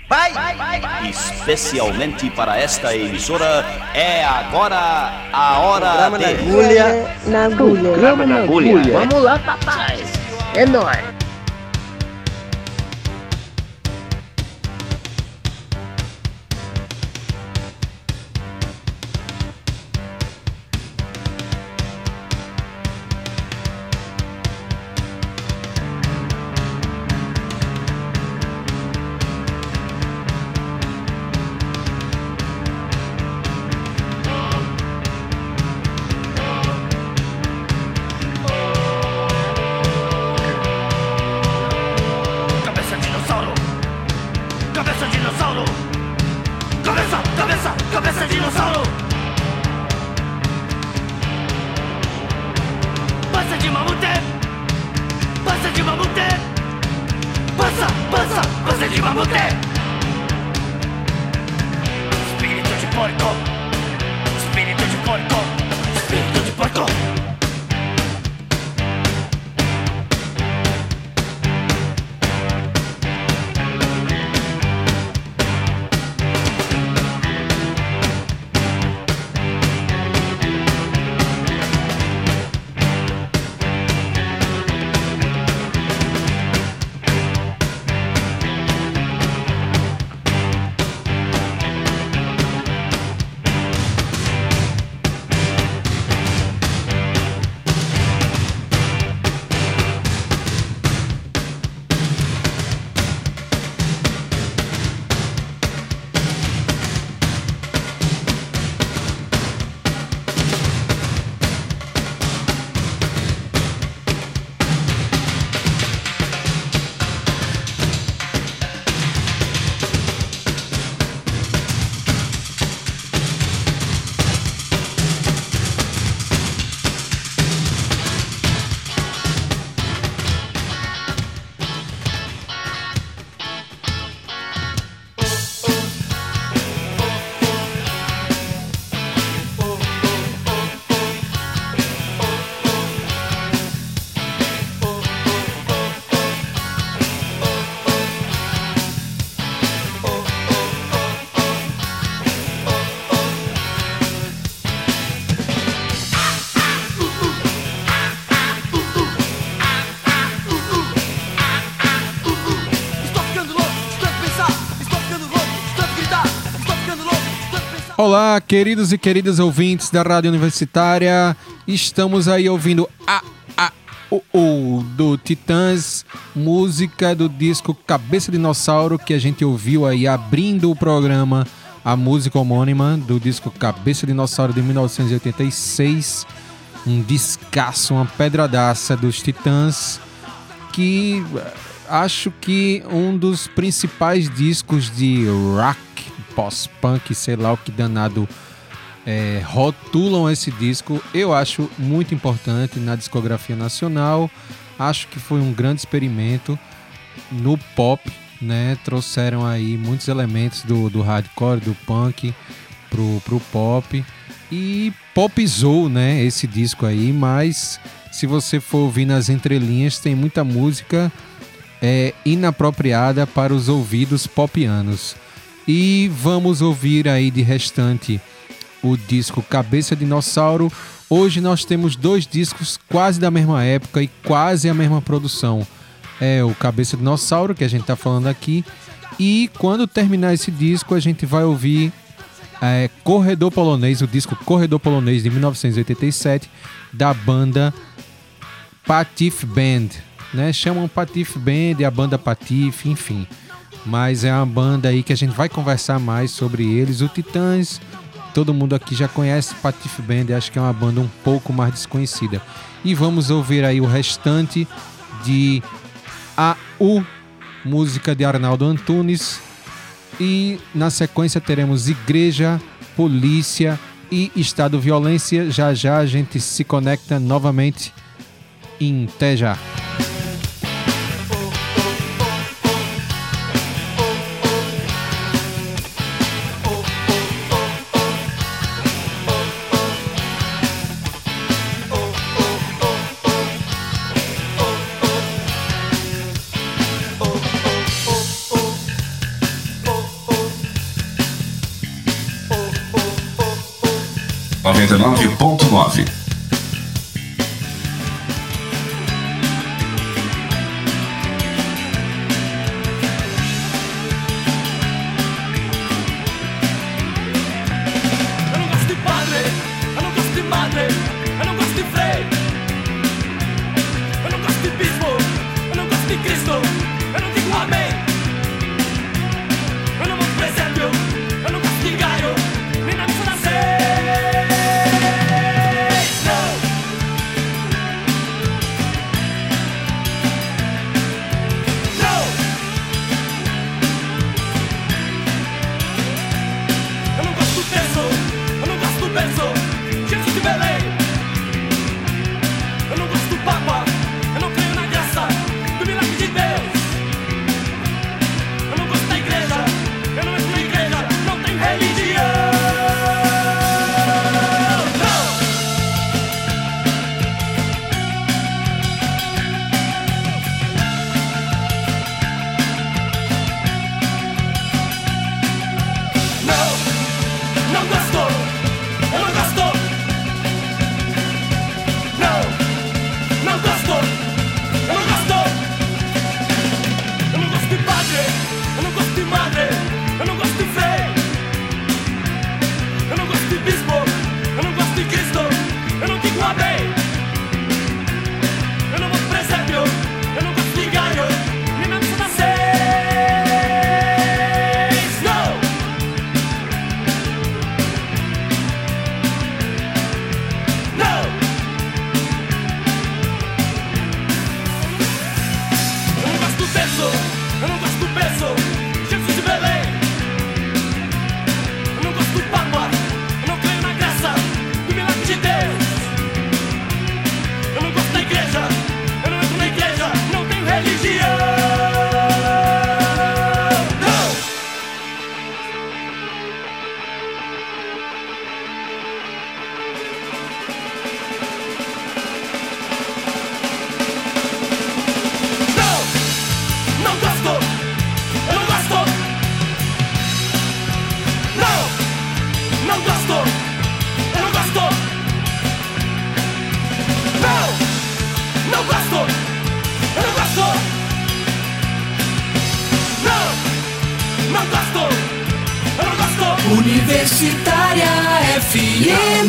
Especialmente para esta emissora, é agora a hora Programa de... na agulha. Programa na agulha. Vamos lá, papai. É nóis. Cabeça dinossauro! Passa de mamute! Passa de mamute! Passa de mamute! Espírito de porco! Espírito de porco! Espírito de porco! Olá, queridos e queridas ouvintes da Rádio Universitária. Estamos aí ouvindo o do Titãs, música do disco Cabeça de Dinossauro, que a gente ouviu aí abrindo o programa, a música homônima do disco Cabeça de Dinossauro de 1986. Um descasso, uma pedradaça dos Titãs, que acho que um dos principais discos de rock, pós-punk, sei lá o que danado rotulam esse disco. Eu acho muito importante na discografia nacional. Acho que foi um grande experimento no pop, né? Trouxeram aí muitos elementos do hardcore, do punk pro pop e popizou, né, esse disco aí. Mas se você for ouvir nas entrelinhas, tem muita música inapropriada para os ouvidos popianos. E vamos ouvir aí de restante o disco Cabeça de Dinossauro. Hoje nós temos dois discos quase da mesma época e quase a mesma produção. É o Cabeça de Dinossauro, que a gente está falando aqui. E quando terminar esse disco, a gente vai ouvir Corredor Polonês, o disco Corredor Polonês de 1987, da banda Patife Band, né? Chamam Patife Band, a banda Patife, enfim. Mas é uma banda aí que a gente vai conversar mais sobre eles. O Titãs, todo mundo aqui já conhece. Patife Band, acho que é uma banda um pouco mais desconhecida. E vamos ouvir aí o restante de A.U., música de Arnaldo Antunes. E na sequência teremos Igreja, Polícia e Estado Violência. Já já a gente se conecta novamente em Até Já. 99.9. Eu não gosto de padre, eu não gosto de madre, eu não gosto de frei, eu não gosto de bispo, eu não gosto de Cristo, eu não digo amém. Eu não gosto de presépio, eu não gosto de galho, nem na missa das seis. Não. Não. Eu não gosto do terço, eu não gosto do berço, Jesus de Belém. Eu não gosto do Papa, eu não creio na graça do milagre de Deus. Eu não gosto da igreja, eu não entro na igreja, não tenho religião. Não! Não! Não gosto! Eu não gosto! Não! Não gosto! Eu não gosto! Eu não gosto de padre, eu não gosto de madre, eu não gosto de frei, eu não gosto de bispo, eu não gosto de Cristo, eu não digo amém. Eu não gosto de presépio, eu não gosto de galho, nem na missa das seis. Não! Não! Eu não gosto do berço, eu não gosto do berço, Jesus de Belém. Eu não gosto do Papa, eu não creio na graça do milagre de Deus. Eu não gosto da igreja, eu não entro na igreja, não tenho religião. Não! Não! Não gosto! Eu não gosto! Não! Não gosto! Eu não gosto! Não! Não gosto! Eu não gosto! Não! Não gosto! Eu não gosto! Universitária FM.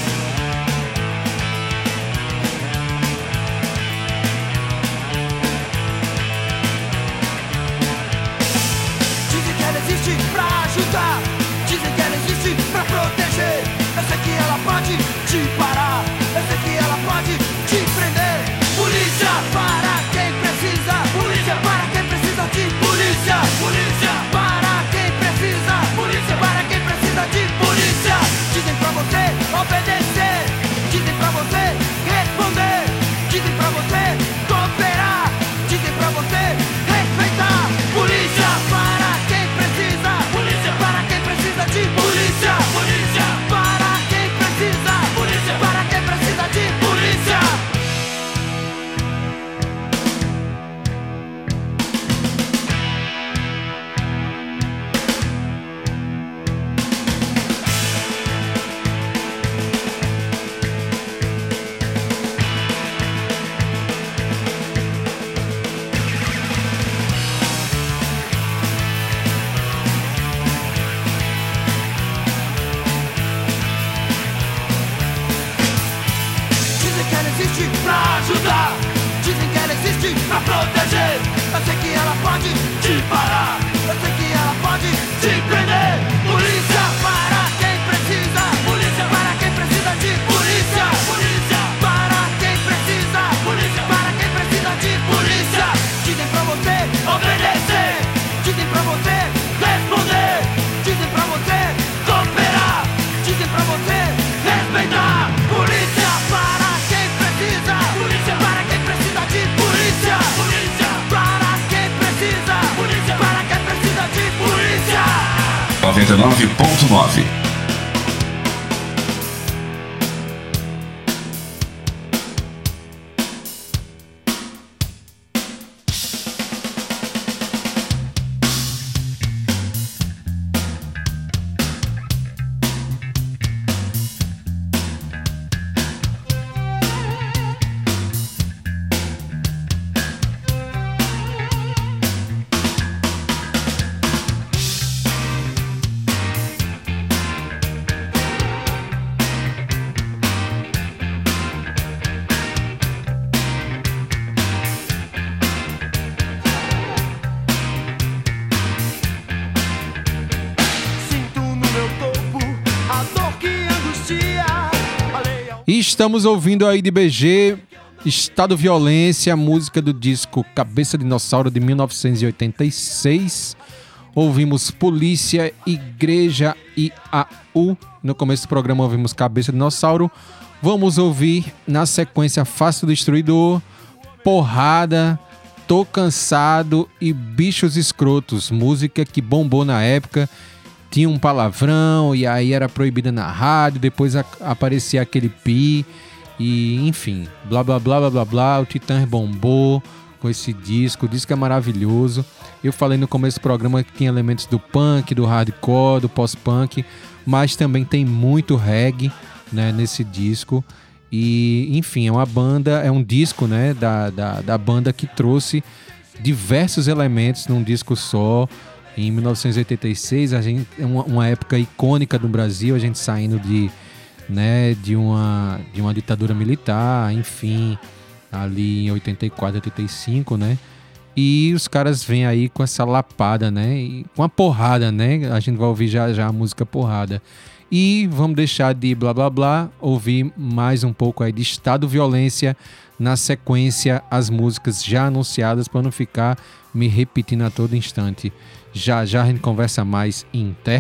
Dizem que ela existe pra ajudar, dizem que ela existe pra proteger. Eu sei que ela pode te parar, eu sei que ela pode te prender. Polícia para quem precisa, polícia para quem precisa de polícia, polícia para quem precisa, polícia para quem precisa de polícia. Dizem pra você obedecer, dizem pra você responder, dizem pra você cooperar, dizem pra você respeitar. Polícia para quem precisa, polícia para quem precisa de polícia, polícia para quem precisa, polícia para quem precisa de polícia. Dizem que ela existe pra ajudar, dizem que ela existe pra proteger. Eu sei que ela pode te parar, eu sei que ela pode te prender. Polícia para quem precisa, polícia para quem precisa de polícia, polícia para quem precisa, polícia para quem precisa de polícia. Dizem pra você obedecer, dizem pra você responder, dizem pra você cooperar, dizem pra você respeitar. Polícia para quem precisa, polícia para quem precisa de polícia, polícia para quem precisa, polícia para quem precisa de polícia. 99.9. Estamos ouvindo aí de BG Estado Violência, música do disco Cabeça de Dinossauro de 1986. Ouvimos Polícia, Igreja e AU. No começo do programa ouvimos Cabeça de Dinossauro. Vamos ouvir na sequência Face do Destruidor, Porrada, Tô Cansado e Bichos Escrotos. Música que bombou na época. Tinha um palavrão e aí era proibida na rádio. Depois aparecia aquele pi. E enfim, blá blá blá blá blá blá. O Titãs bombou com esse disco. O disco é maravilhoso. Eu falei no começo do programa que tinha elementos do punk, do hardcore, do post-punk, mas também tem muito reggae, né, nesse disco. E enfim, é uma banda, é um disco, né, da banda que trouxe diversos elementos num disco só. Em 1986, a gente, uma época icônica do Brasil, a gente saindo de uma ditadura militar, enfim, ali em 84, 85, né? E os caras vêm aí com essa lapada, né? E com a porrada, né? A gente vai ouvir já a música Porrada. E vamos deixar de blá blá blá, ouvir mais um pouco aí de Estado Violência, na sequência as músicas já anunciadas, para não ficar me repetindo a todo instante. Já a gente conversa mais em Té.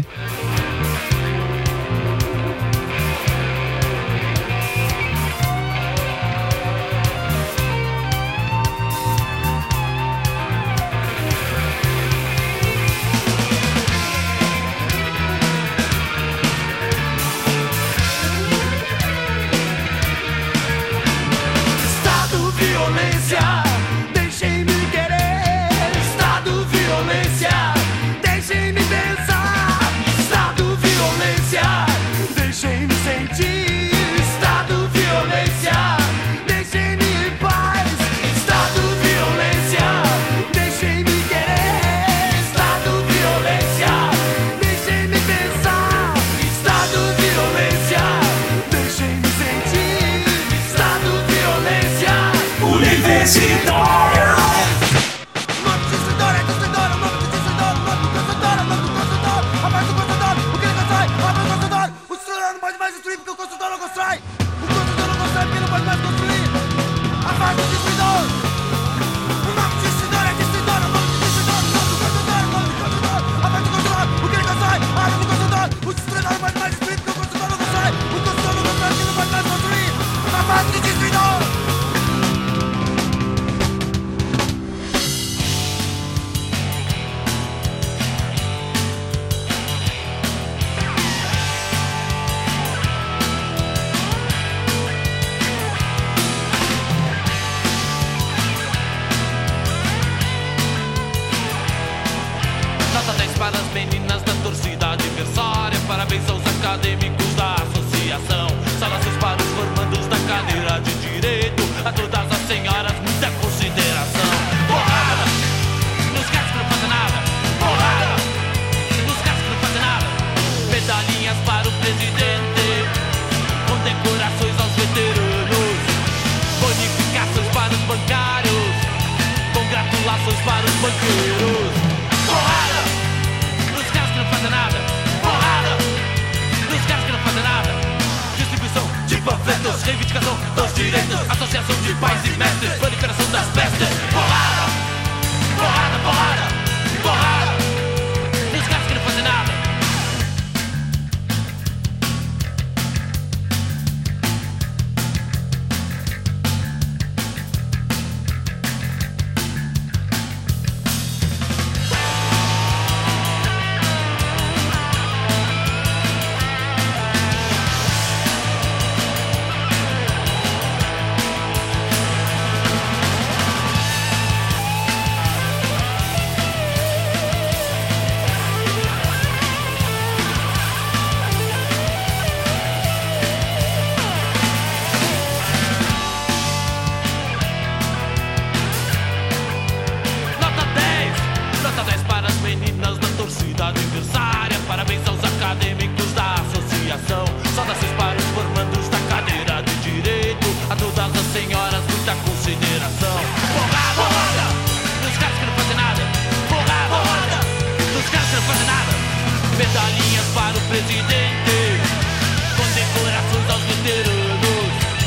Medalhinhas para o presidente, condecorações aos veteranos,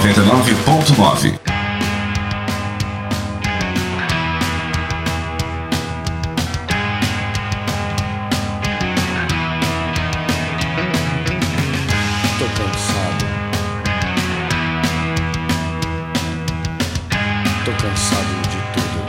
99.9. Tô cansado de tudo.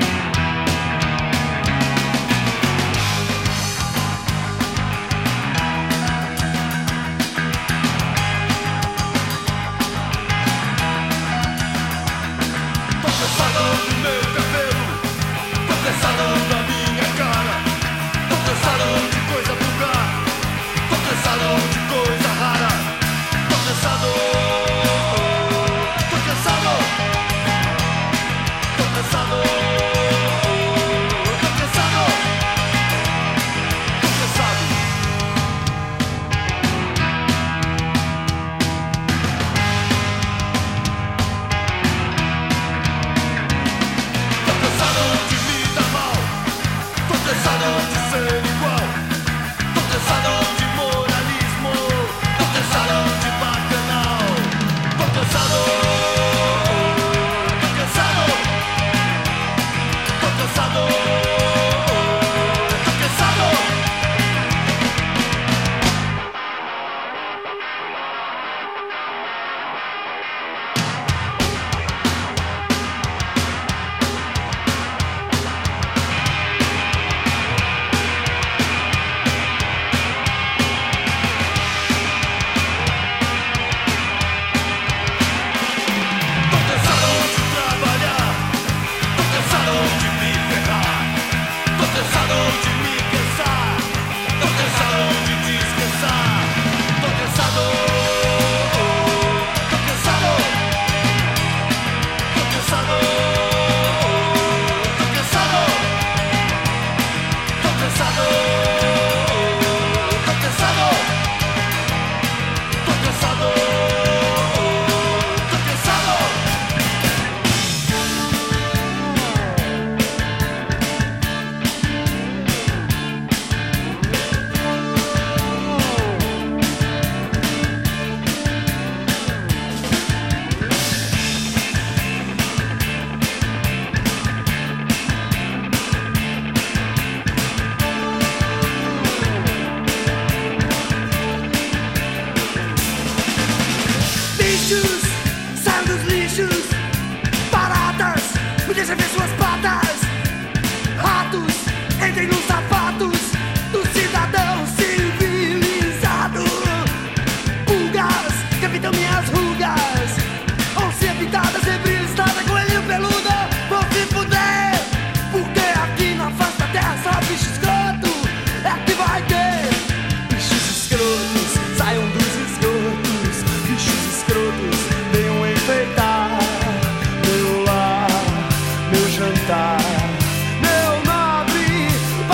Tô cansado do meu cabelo, tô cansado da minha cara, tô cansado de coisa vulgar, tô cansado de coisa rara, tô cansado, tô cansado, tô cansado, tô cansado, tô cansado. Tô cansado de me dar mal, tô cansado de ser igual, tô cansado de moralismo, tô cansado de bacanal, tô cansado, tô cansado, tô cansado, tô cansado. Tô cansado de trabalhar, tô cansado de me ferrar, tô cansado de me cansar, tô cansado de descansar, tô cansado, tô cansado, tô cansado, tô cansado, tô cansado, tô cansado, tô cansado, tô cansado. Bichos, saiam dos lixos. Baratas, me deixa ver suas patas. Ratos, entrem nos sapatos do cidadão civilizado. Pulgas, que habitam minhas rugas. Onça pintada, zebra listada, coelhinho peludo. Vou se fuder, porque aqui na face da terra só bicho escroto é que vai ter. Bichos escrotos, saiam dos esgotos. Bichos escrotos, venham enfeitar meu lar, meu jantar, meu nobre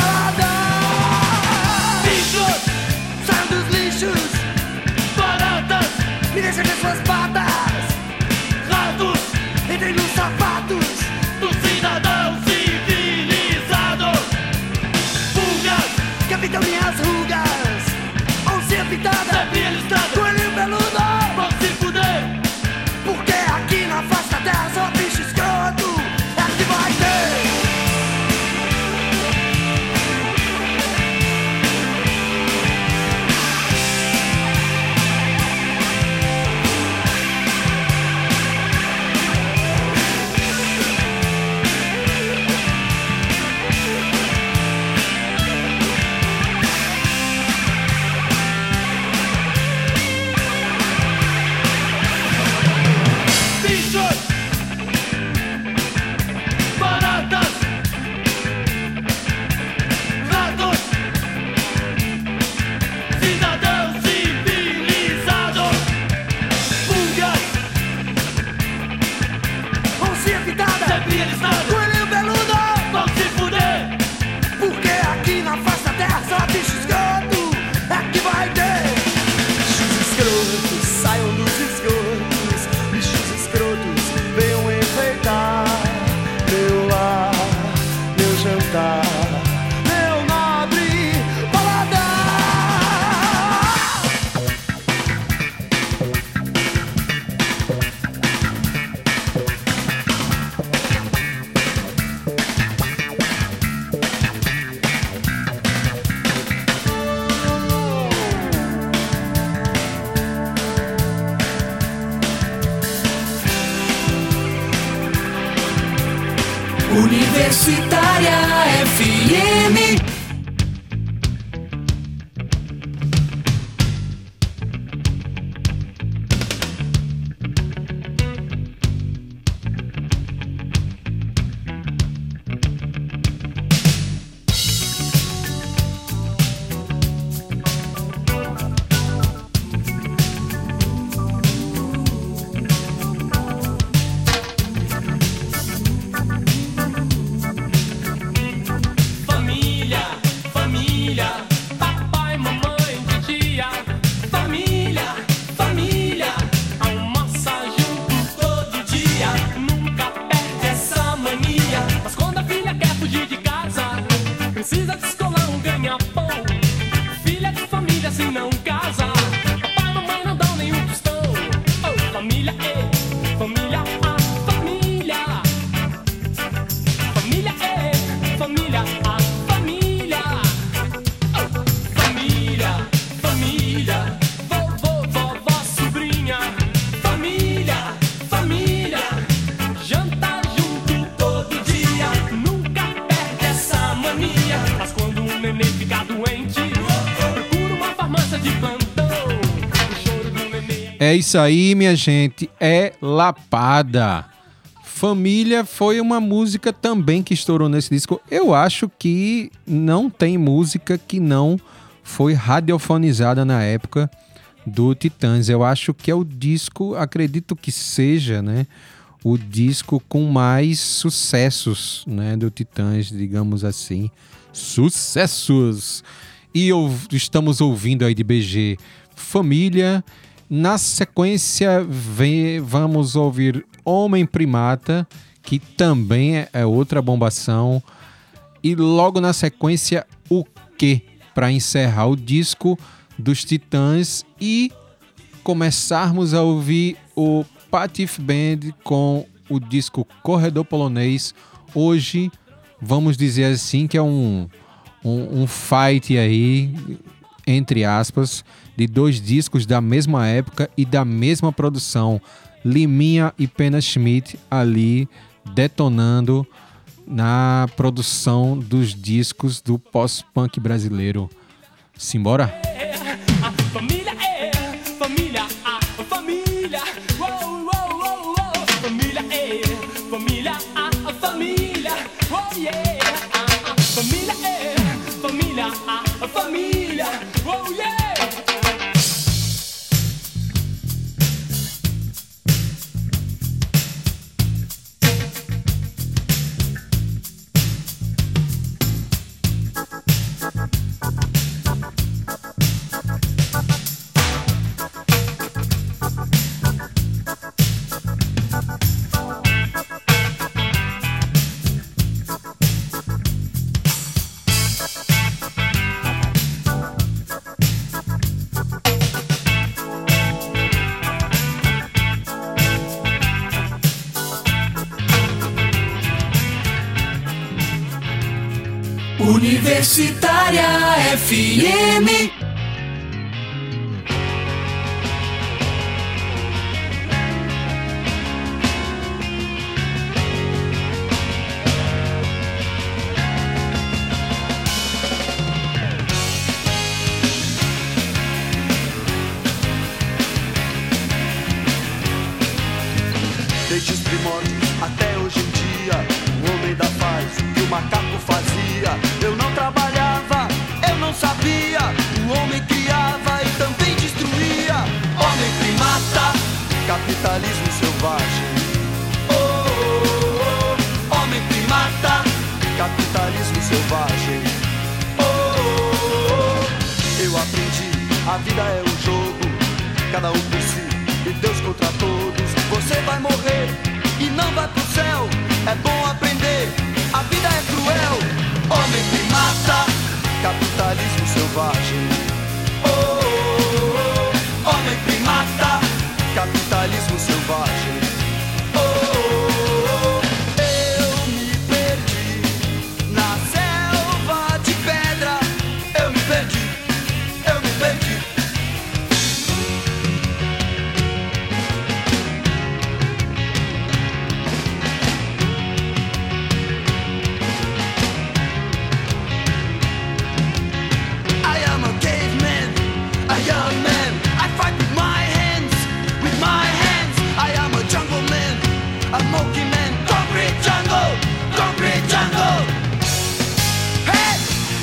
paladar. Bichos, saiam dos lixos. Baratas, me deixem ver suas patas. Ratos, entrem nos sapatos do cidadão civilizado. Pulgas, que habitam minhas rugas. Onça pintada, zebra listada, coelhinho peludo. Vão se fuder, porque aqui na face da terra só bicho escroto é que vai ter. Bichos, baratas, ratos, cidadão civilizado. Pulgas, onça pintada, zebra listada, coelhinho peludo. Vão se fuder, porque aqui na face da terra só bicho escroto é que vai ter. Bichos escrotos, saiam dos esgotos. Bichos escrotos, venham enfeitar meu lar, meu jantar, meu nobre paladar. Universitária FM. É isso aí, minha gente, é Lapada. Família foi uma música também que estourou nesse disco. Eu acho que não tem música que não foi radiofonizada na época do Titãs. Eu acho que é o disco, acredito que seja, né, o disco com mais sucessos, né, do Titãs, digamos assim. Sucessos! E estamos ouvindo aí de BG Família. Na sequência, vamos ouvir Homem Primata, que também é outra bombação. E logo na sequência, O Quê? Para encerrar o disco dos Titãs e começarmos a ouvir o Patif Band com o disco Corredor Polonês. Hoje, vamos dizer assim, que é um fight aí, entre aspas, de dois discos da mesma época e da mesma produção. Liminha e Pena Schmidt ali detonando na produção dos discos do pós-punk brasileiro. Simbora? Família é família, a família. Uou, uou, uou, uou. Família é família, a família. Oh yeah. Família é família, a família. Oh yeah. Universitária FM. Desde os primórdios até hoje em dia, o homem ainda faz o que o macaco fazia. Eu não trabalhava, eu não sabia. O homem criava e também destruía. Homem primata, capitalismo selvagem. Oh, oh, oh. Homem primata, capitalismo selvagem. Oh, oh, oh. Eu aprendi, a vida é um jogo, cada um por si e Deus contra todos. Você vai morrer e não vai pro céu. É bom aprender, a vida é cruel. Homem primata, capitalismo selvagem. Oh, oh, oh. Homem primata, capitalismo selvagem. Oh, oh, oh. Eu me perdi na selva de pedra. Eu me perdi, eu me perdi. Concrete jungle, concrete jungle. Hey!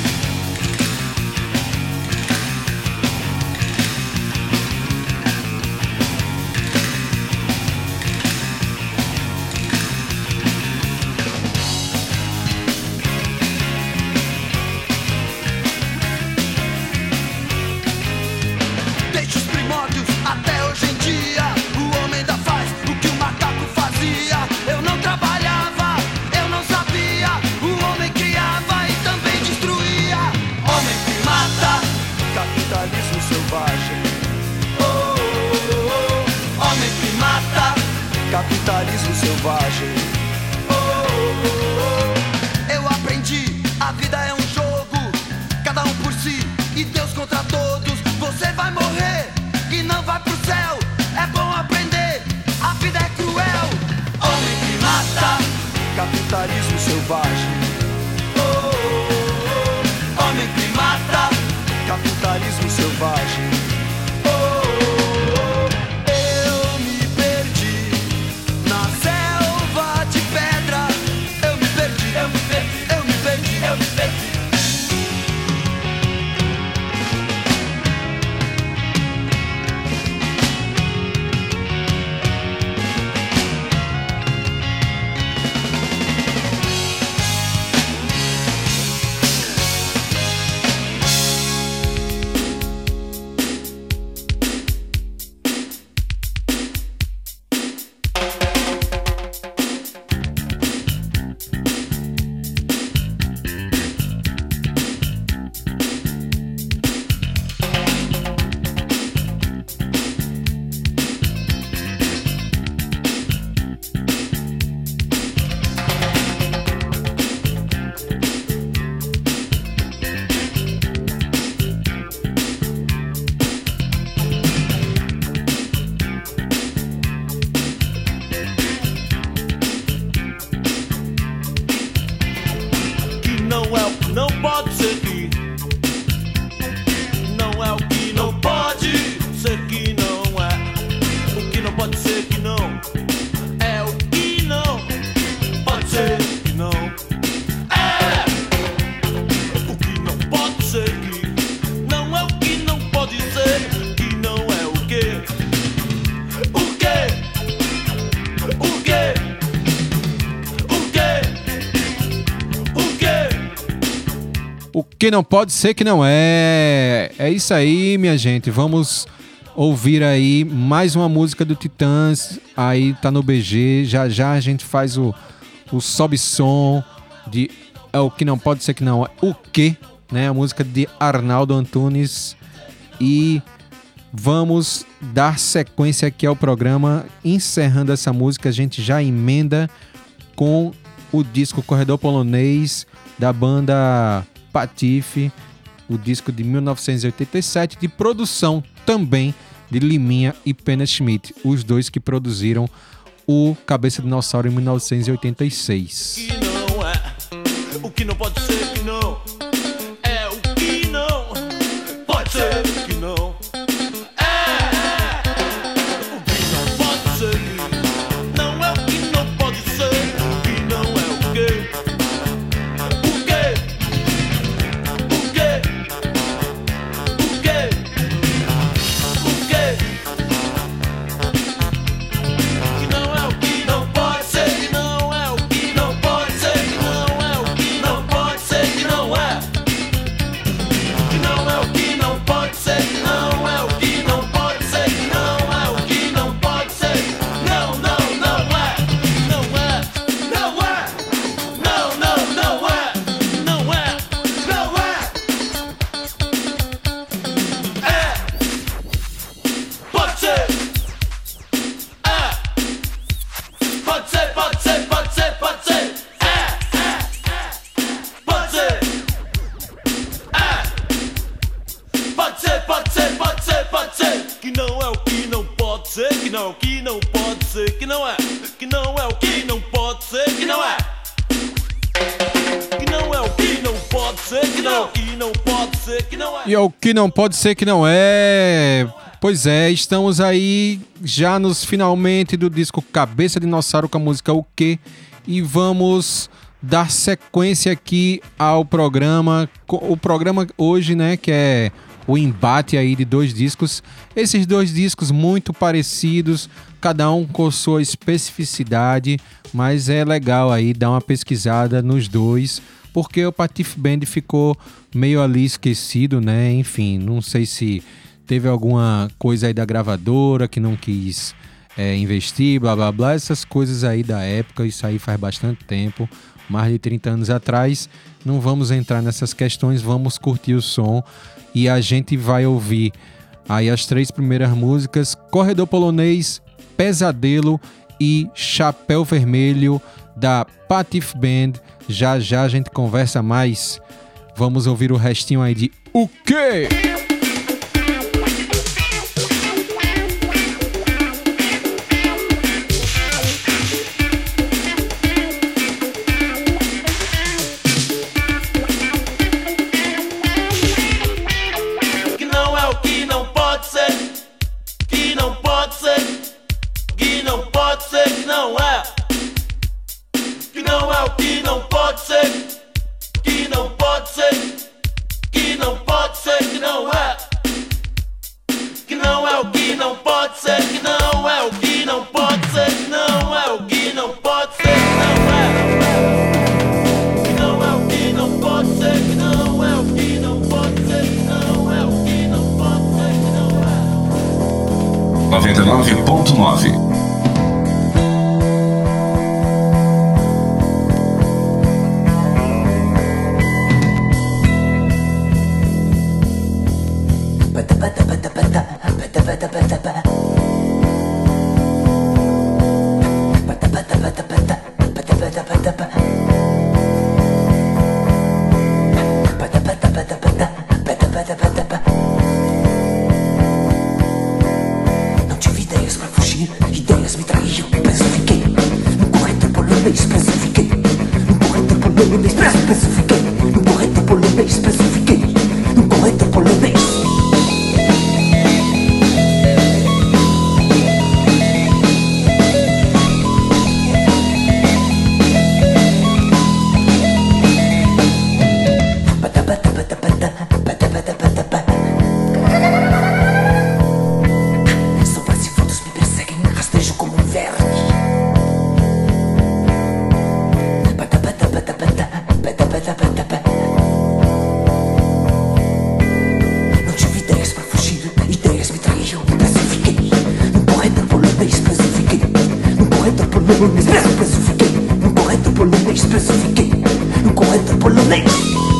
Desde os primórdios até hoje em dia, o homem ainda faz o que o macaco fazia. Eu não trabalhava, eu não sabia. O homem criava e também destruía. Homem primata, Capitalismo selvagem. oh, oh, oh. Homem primata, Capitalismo selvagem. oh, oh, oh. Eu aprendi, a vida é um jogo, cada um por si e Deus contra todos. Você vai morrer e não vai pro céu. É bom aprender, a vida é cruel. Homem primata, Capitalismo selvagem. oh, oh, oh. Homem primata, Capitalismo selvagem. oh, oh, oh. Eu me perdi na selva de pedra. Eu me perdi, eu me perdi, eu me perdi, eu me perdi. Que não é o que não pode ser que não é o que não pode ser que não é o que não pode ser que não é o que não pode ser que não é o que não pode ser que não é o que não pode ser que não é o que o que o que o que O que não pode ser que não é. É isso aí, minha gente. Vamos ouvir aí mais uma música do Titãs. Aí tá no BG. Já já a gente faz o sobe-som de É o que não pode ser que não é. O que, né? A música de Arnaldo Antunes. E vamos dar sequência aqui ao programa. Encerrando essa música, a gente já emenda com o disco Corredor Polonês da banda Patife, o disco de 1987, de produção também de Liminha e Pena Schmidt, os dois que produziram o Cabeça de Dinossauro em 1986. que não é o que não pode ser que não é o que não pode ser que não é o que não pode ser que não é o que não pode ser que não é o que o que o que o que o que que não é o que não pode ser que não é o que não pode ser que não é o que não pode ser que não é que não é o que não pode ser que não é o que não pode ser que não é o que não pode ser não não não é não é não é não não não é não é não é pode ser pode ser pode ser pode ser pode ser pode ser pode ser pode ser pode ser pode ser que não é o que não pode ser que não é o que não pode ser que não é que não é o que não pode ser que não é que não é o que não pode ser que não é o que não pode ser que não é E é o que não pode ser que não é. Pois é, estamos aí já nos finalmente do disco Cabeça de Dinossauro com a música O Quê? E vamos dar sequência aqui ao programa. O programa hoje, né, que é o embate aí de dois discos. Esses dois discos muito parecidos, cada um com sua especificidade, mas é legal aí dar uma pesquisada nos dois, porque o Patife Band ficou meio ali esquecido, né? Enfim, não sei se teve alguma coisa aí da gravadora que não quis investir, blá blá blá, essas coisas aí da época, isso aí faz bastante tempo, mais de 30 anos atrás. Não vamos entrar nessas questões, vamos curtir o som e a gente vai ouvir aí as três primeiras músicas: Corredor Polonês, Pesadelo e Chapéu Vermelho, da Patife Band. Já já a gente conversa mais. Vamos ouvir o restinho aí de O Quê? Que não é o que não pode ser, que não pode ser, que não pode ser, que não é. Que não é o que não pode ser, que não pode ser, que não pode ser, que não é. Que não é o que não pode ser, que não é o que não pode ser, que não é o que não pode ser, que não é. Que não é o que não pode ser, que não é o que não pode ser, que não é o que não pode ser, que não é. 99.9. Não tive ideias pra fugir, ideias me traíam, preso fiquei. No corredor polonês, preso fiquei. No corredor polonês, preso fiquei. No corredor polonês, preso fiquei. No corredor polonês. Sombras e vultos me perseguem, rastejo como um verme. Não tive ideias pra fugir, ideias me traíam, preso fiquei. No corredor polonês, preso fiquei. No corredor polonês, preso fiquei. No corredor polonês, preso fiquei. No corredor polonês.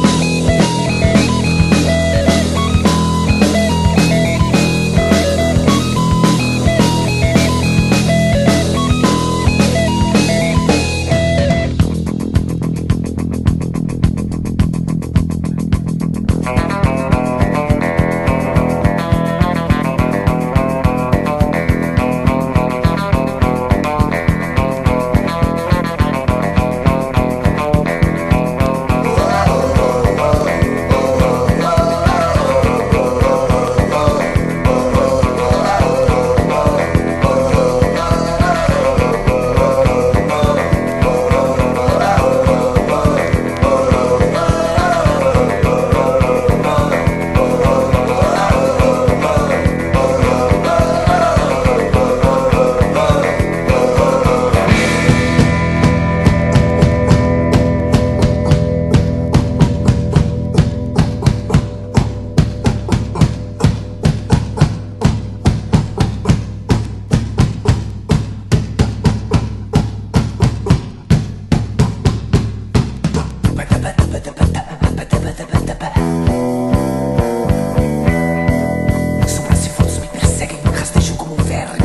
Sombras e vultos me perseguem, rastejo como um verme.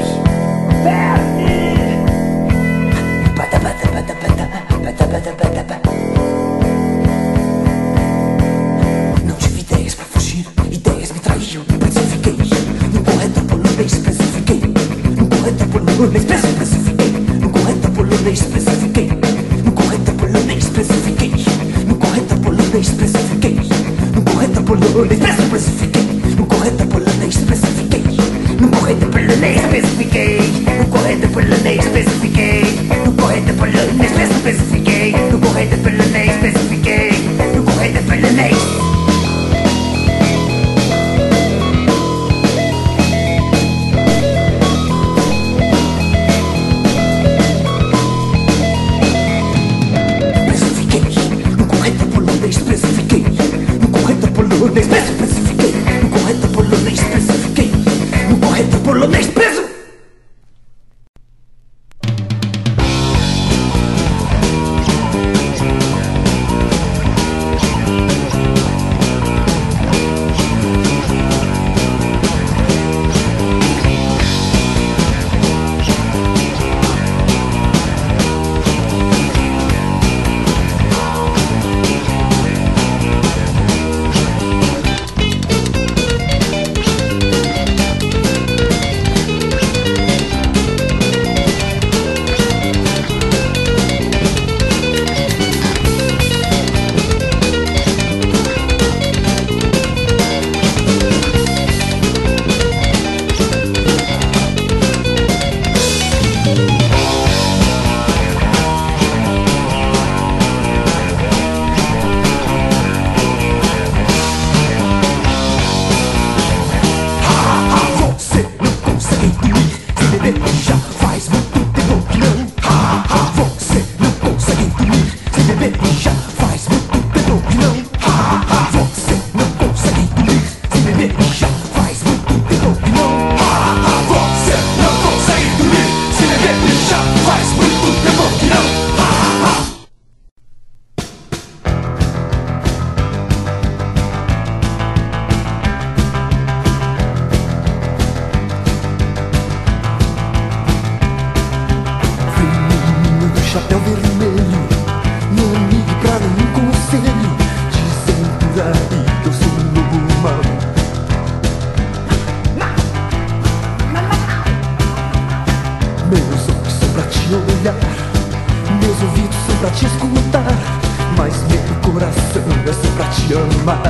Não tive ideias pra fugir, ideias me traíam, preso fiquei. No corredor polonês, preso fiquei. No corredor polonês, preso fiquei. No corredor polonês, preso fiquei. No corredor polonês, preso fiquei. No corredor polonês, preso fiquei. No corredor polonês, preso fiquei. No corredor polonês, preso fiquei. No corrente polonês especifiquei. No corrente polonês especifiquei. No corrente polonês especifiquei. No corrente polonês especifiquei. No corrente polonês. Especifiquei, no correto polonês especifiquei, no correto polonês preso. Chapéu vermelho, não ligue pra nenhum conselho. Dizem por aí que eu sou um lobo mau. Meus olhos são pra te olhar, meus ouvidos são pra te escutar, mas meu coração é só pra te amar.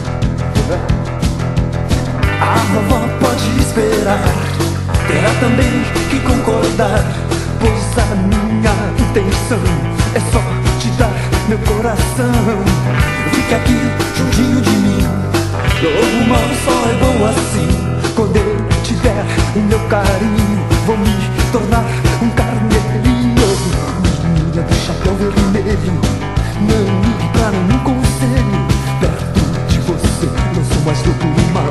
A vovó pode esperar, terá também que concordar, pois a minha intenção é só te dar meu coração. Fique aqui juntinho de mim, lobo mal só é bom assim. Quando eu te der o meu carinho, vou me tornar um carneirinho. Menina do chapéu vermelho, não ligue pra nenhum conselho. Perto de você não sou mais lobo mal.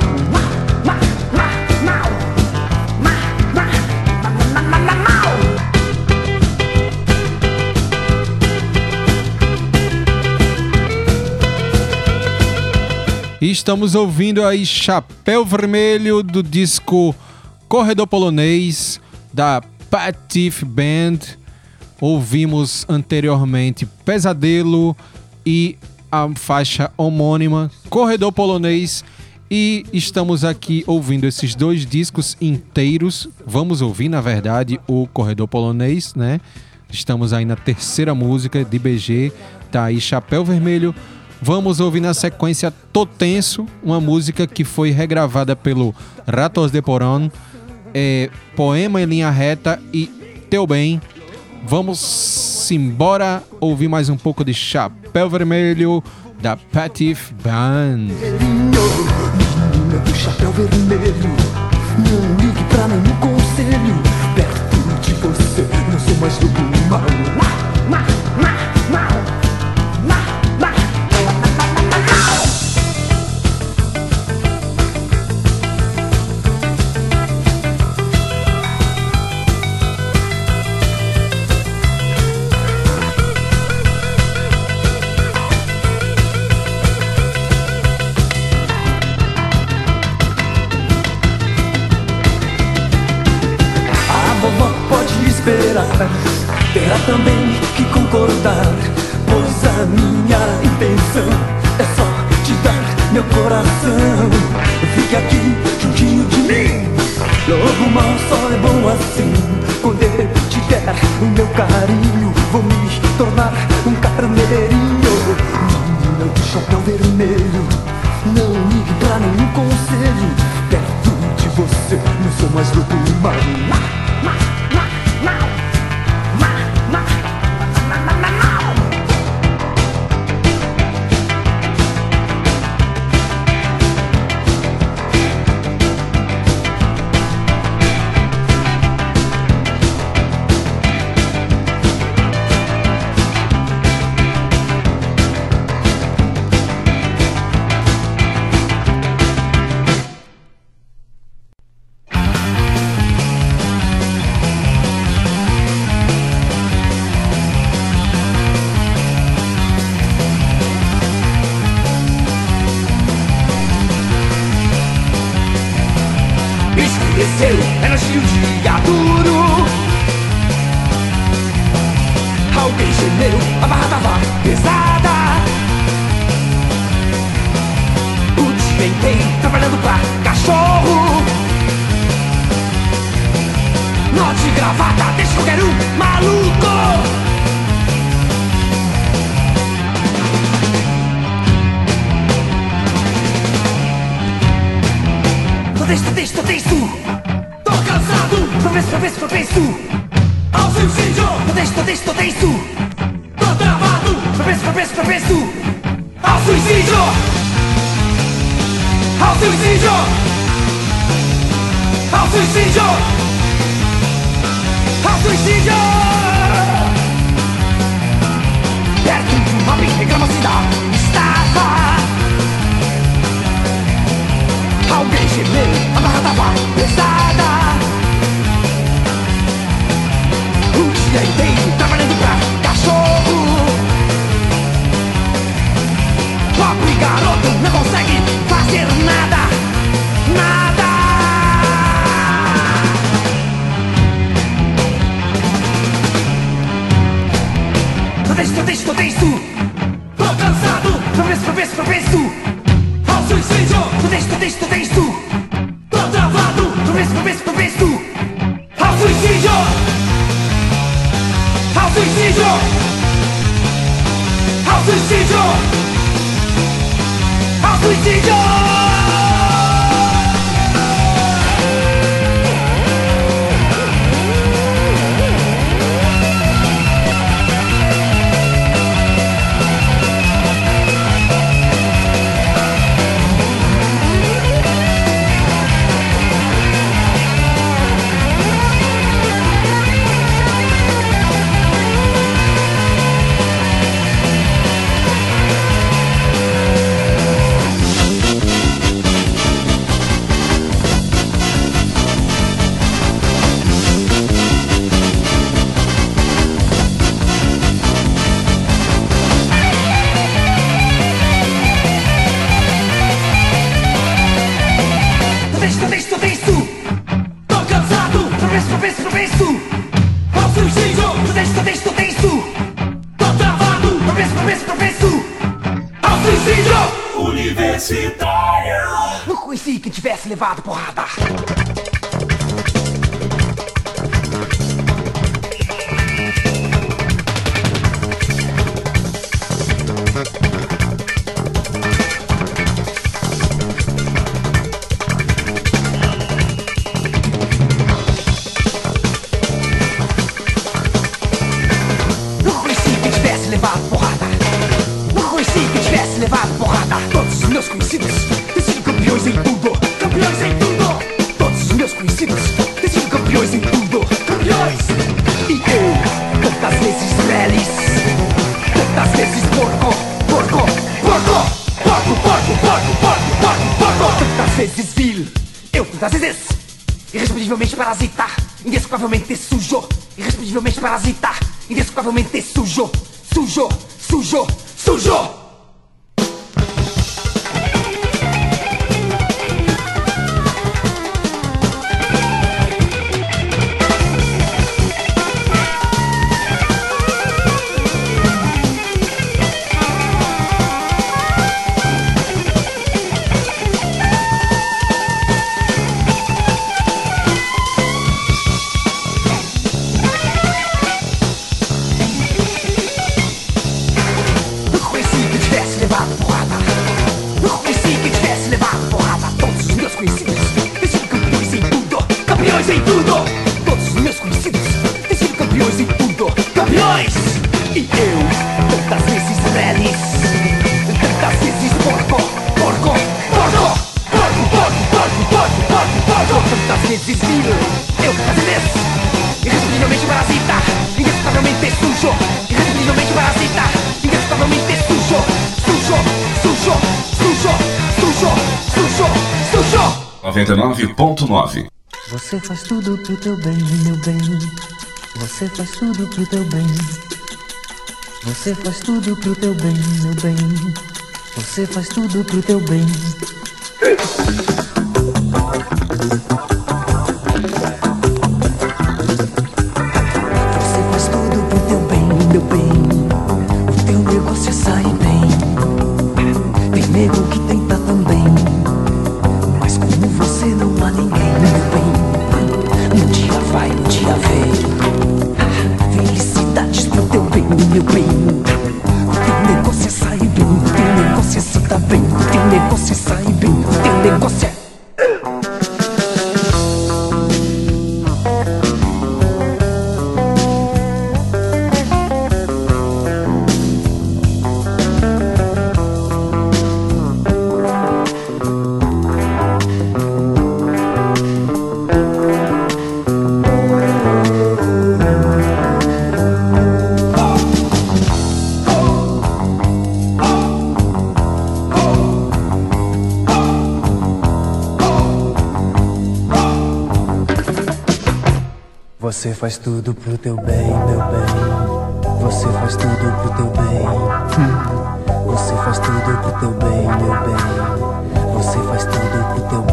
Estamos ouvindo aí Chapéu Vermelho do disco Corredor Polonês da Patif Band. Ouvimos anteriormente Pesadelo e a faixa homônima Corredor Polonês. E estamos aqui ouvindo esses dois discos inteiros. Vamos ouvir, na verdade, o Corredor Polonês, né? Estamos aí na terceira música de BG. Tá aí Chapéu Vermelho. Vamos ouvir na sequência Tô Tenso, uma música que foi regravada pelo Ratos de Porão, Poema em Linha Reta e Teu Bem. Vamos embora ouvir mais um pouco de Chapéu Vermelho da Patif Band. Menina do chapéu vermelho, não ligue pra nenhum conselho. Perto de você não sou mais lobo mau. Terá também que concordar, pois a minha intenção é só te dar meu coração. Fique aqui juntinho de mim, lobo mal só é bom assim. Quando eu te der o meu carinho, vou me tornar um carneirinho. Menina do chapéu vermelho, não ligue pra nenhum conselho. Perto de você não sou mais grupo humano. Escureceu, era cheio de dia duro. Alguém gemeu, a barra tava pesada. O dia inteiro trabalhando pra cachorro. Nó de gravata, deixa qualquer um maluco. Tô tenso, tô cansado. Propenso ao suicídio. Tô tenso, tô travado. Propenso ao suicídio. Ao suicídio. Ao suicídio. Ao suicídio. Perto de uma bem reclamação estava. Alguém gemeu, a barra tava pesada. O dia inteiro trabalhando pra cachorro. Pobre garoto não consegue fazer nada. Nada. Tô tenso, tô cansado. Propenso ao suicídio. Tô tenso, tô travado. Propenso ao suicídio. Ao suicídio. Ao suicídio. Ao suicídio. Não conheci quem tivesse levado porrada. Não conheci quem tivesse levado porrada. Não conheci quem tivesse levado porrada. Todos os meus conhecidos decidem campeões em tudo. Campeões em tudo. Todos os meus conhecidos decidem campeões em tudo. Campeões. E eu, tantas vezes feliz, tantas vezes porco. Tantas vezes vil, eu tantas vezes irresponsivelmente parasita, indesculpavelmente sujo. Irresponsivelmente parasita, indesculpavelmente sujo. Sujo. 99.9. Você faz tudo pro teu bem, meu bem. Você faz tudo pro teu bem. Você faz tudo pro teu bem, meu bem. Você faz tudo pro teu bem. Você faz tudo pro teu bem, meu bem. O teu negócio sai bem. Tem nego que tenta também, mas como você não há ninguém, meu bem. Um dia vai, um dia vem. Felicidades pro teu bem, meu bem. Teu negócio é sair bem, teu negócio é se dar bem, teu negócio é sair bem, teu negócio é... Você faz tudo pro teu bem, meu bem. Você faz tudo pro teu bem. Você faz tudo pro teu bem, meu bem. Você faz tudo pro teu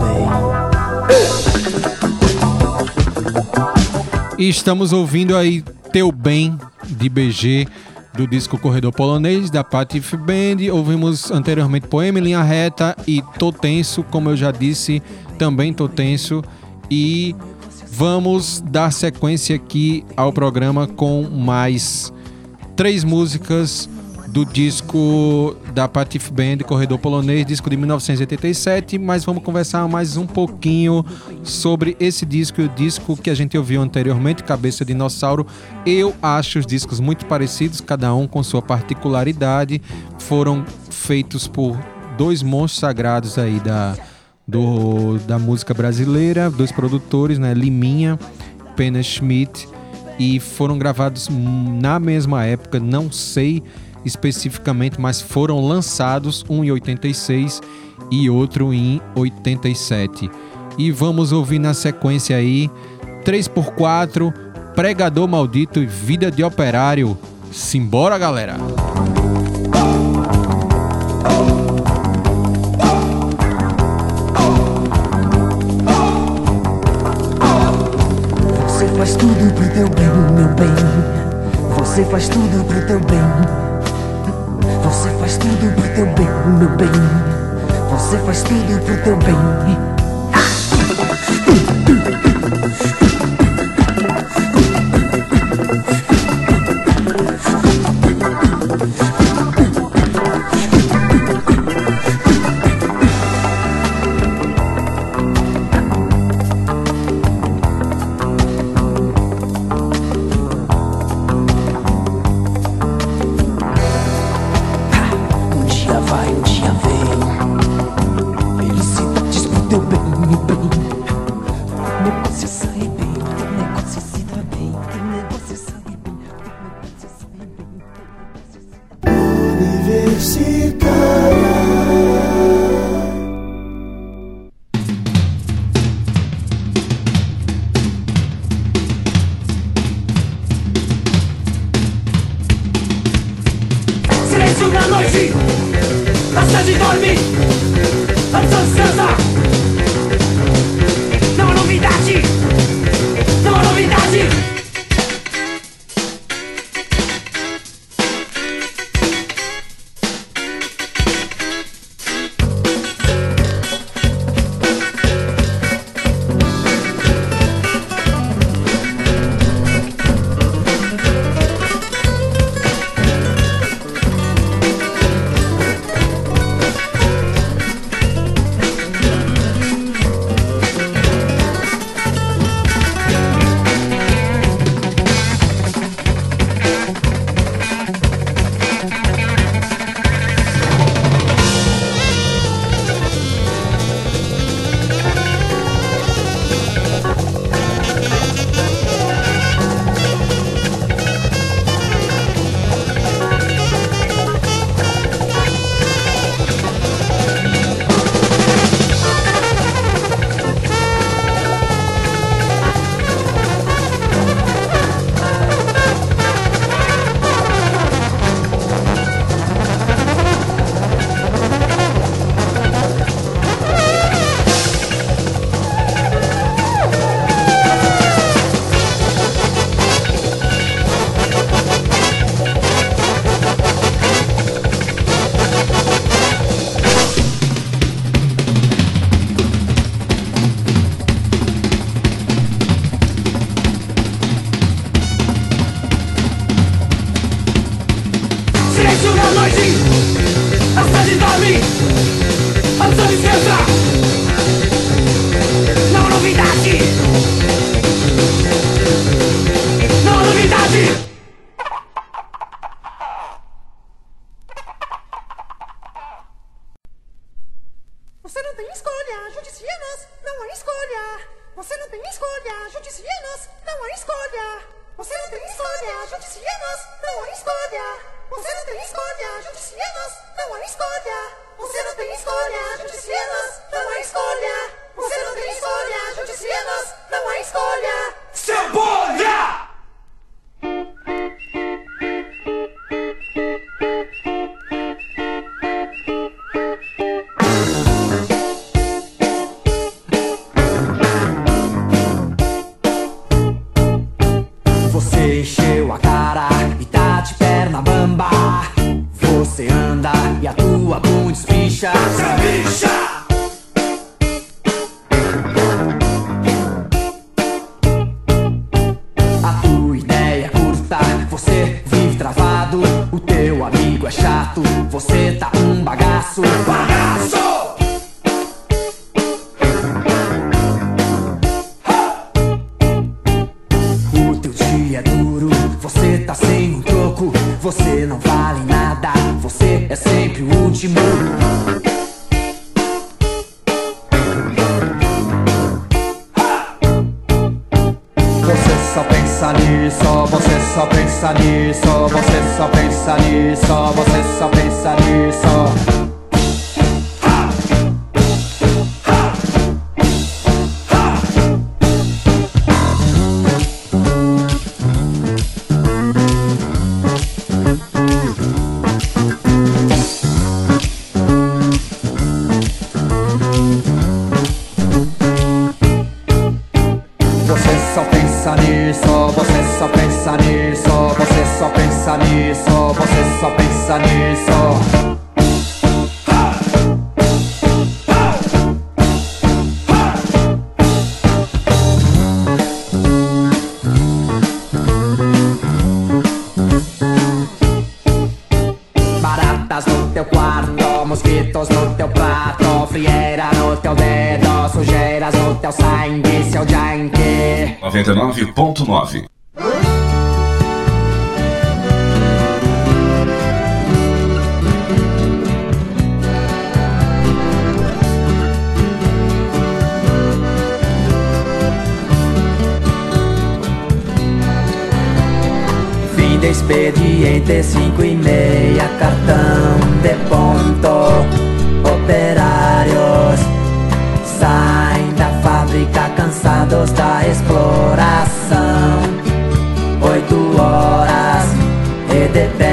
bem. E estamos ouvindo aí Teu Bem, de BG, do disco Corredor Polonês, da Patif Band. Ouvimos anteriormente Poema em Linha Reta e Tô Tenso, como eu já disse, também Tô Tenso. E vamos dar sequência aqui ao programa com mais 3 músicas do disco da Patif Band, Corredor Polonês, disco de 1987, mas vamos conversar mais um pouquinho sobre esse disco e o disco que a gente ouviu anteriormente, Cabeça de Dinossauro. Eu acho os discos muito parecidos, cada um com sua particularidade, foram feitos por 2 monstros sagrados aí da música brasileira, 2 produtores, né, Liminha, Pena Schmidt, e foram gravados na mesma época, não sei especificamente, mas foram lançados, um em 86 e outro em 87. E vamos ouvir na sequência aí 3x4, Pregador Maldito e Vida de Operário. Simbora, galera! Você faz tudo pro teu bem, meu bem. Você faz tudo pro teu bem. Você faz tudo pro teu bem, meu bem. Você faz tudo pro teu bem. sede, a sede dorme, a sua licença. Não novidade, não novidade. Você não tem escolha, junte-se a nós, não há escolha. Você não tem escolha, junte-se a nós, não há escolha. Você não tem escolha, junte-se a nós, não há escolha. Você não tem escolha, junte-se a nós, não há escolha. Você não tem escolha, junte-se a nós, não há escolha. Você não tem escolha, junte-se a nós, não há escolha. Cebola! Você encheu a cara e tá de perna bamba. Você anda e a tua bunda espicha. Bicha! A tua ideia é curta, você vive travado. O teu amigo é chato, você tá um bagaço. Bagaço! O teu dia é duro, você tá sem um troco. Você não vale nada, você é sempre o último. Você só pensa nisso, você só pensa nisso, você só pensa nisso, você só pensa nisso. Você só pensa nisso, você só pensa nisso, você só pensa nisso, você só pensa nisso. Baratas no teu quarto, mosquitos no teu prato, frieira no teu dedo, sujeiras no teu sangue, seu janque. 99.9. Fim de expediente, 5:30, cartão de ponto. Operários saem da fábrica cansados da exploração. 8 horas, e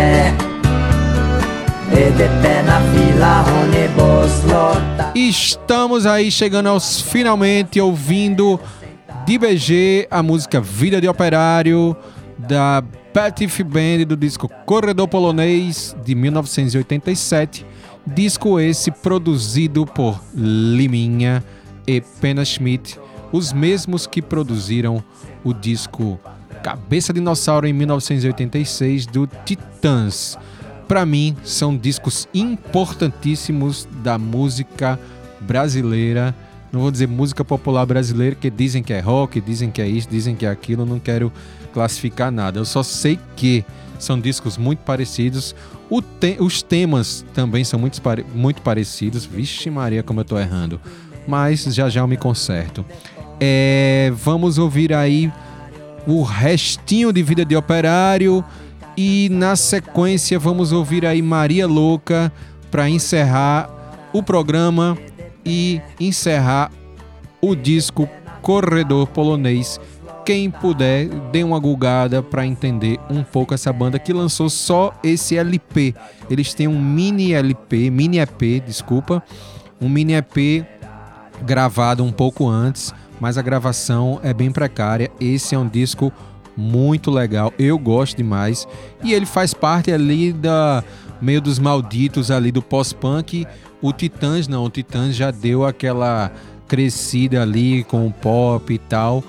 de pé na fila, ônibus lota. Estamos aí chegando aos finalmente, ouvindo de BG a música Vida de Operário, da Petit Band, do disco Corredor Polonês, de 1987. Disco esse produzido por Liminha e Pena Schmidt, os mesmos que produziram o disco Cabeça de Dinossauro em 1986 do Titãs. Para mim, são discos importantíssimos da música brasileira. Não vou dizer música popular brasileira, que dizem que é rock, dizem que é isso, dizem que é aquilo. Não quero classificar nada. Eu só sei que são discos muito parecidos. Os temas também são muito parecidos. Vixe Maria, como eu tô errando. Mas já eu me conserto. Vamos ouvir aí o restinho de Vida de Operário. E na sequência vamos ouvir aí Maria Louca para encerrar o programa e encerrar o disco Corredor Polonês. Quem puder, dê uma googada para entender um pouco essa banda que lançou só esse LP. Eles têm um mini EP, um mini EP gravado um pouco antes, mas a gravação é bem precária. Esse é um disco muito legal, eu gosto demais. E ele faz parte ali meio dos malditos ali do pós-punk. O Titãs não, o Titãs já deu aquela crescida ali com o pop e tal,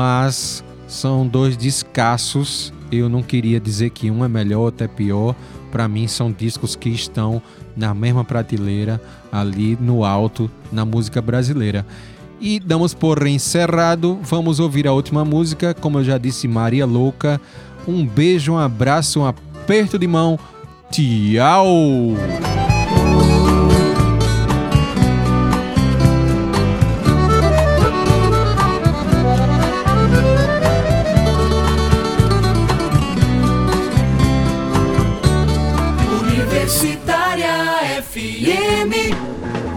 mas são dois descassos. Eu não queria dizer que um é melhor, outro é pior, para mim são discos que estão na mesma prateleira, ali no alto, na música brasileira. E damos por encerrado, vamos ouvir a última música, como eu já disse, Maria Louca. Um beijo, um abraço, um aperto de mão. Tchau! Universitária FM.